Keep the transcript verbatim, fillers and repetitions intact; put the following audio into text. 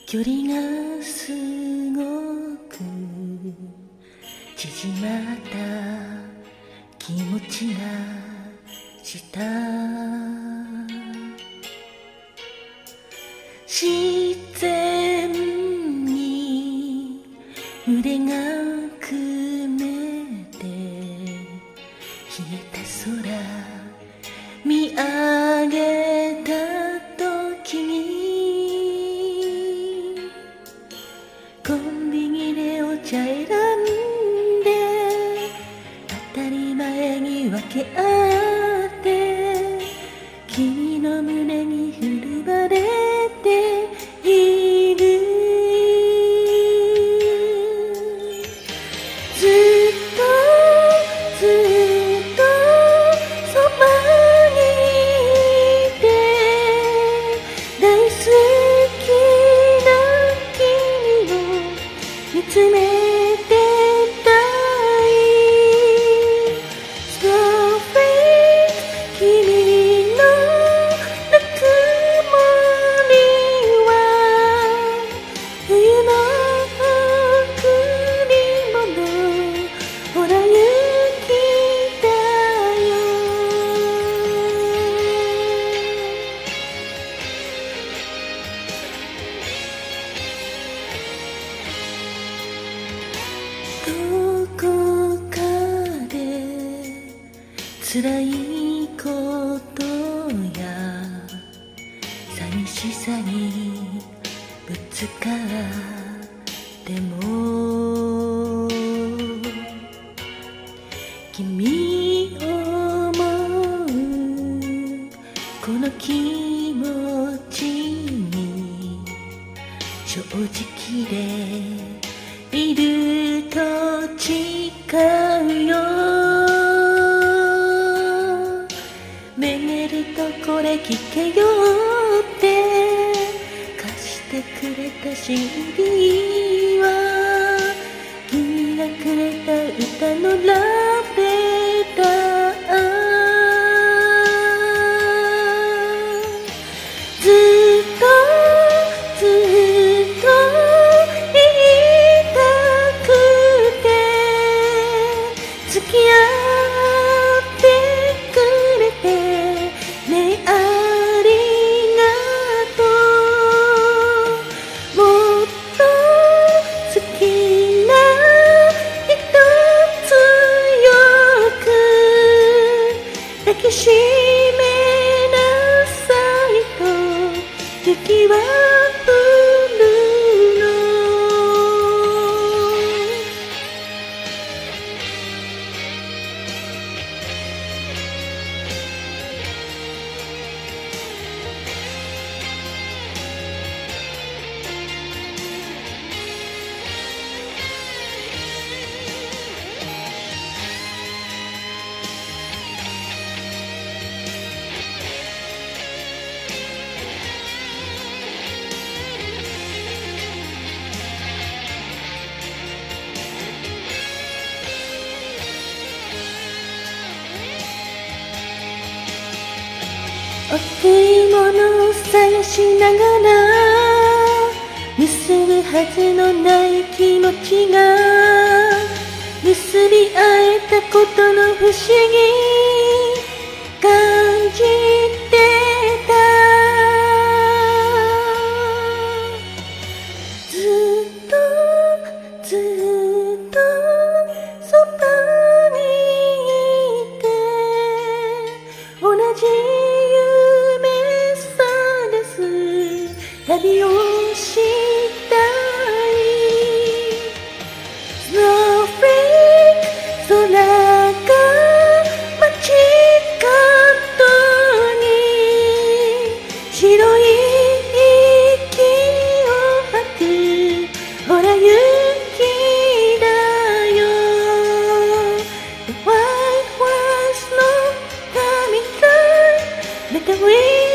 距離がすごく縮まった気持ちがした自然に腕が組めて冷えた空見上げた時にコンビニでお茶選んで当たり前に分け合って君の胸に振るわれているずっとずっとそばにいて大好きな君を見つめてたい Snowflake 君のぬくもりは冬の贈り物ほら雪だよどこかで辛いことや寂しさにぶつかっても君を思うこの気持ちに正直でいると違うよめげるとこれ聞けよって貸してくれた シーディー は君がくれた歌のラブレターずっとずっと言いたくて付き合ってくれてねありがとうもっと好きな人強く抱きしめなさいと雪は降るの贈り物を探しながら結ぶはずのない気持ちが結び合えたことの不思議感じてたずっとずっとそばにいて同じ旅をしたい Snowflake 空が街角に白い息を吐くほら雪だよ The white was no coming through Let the wind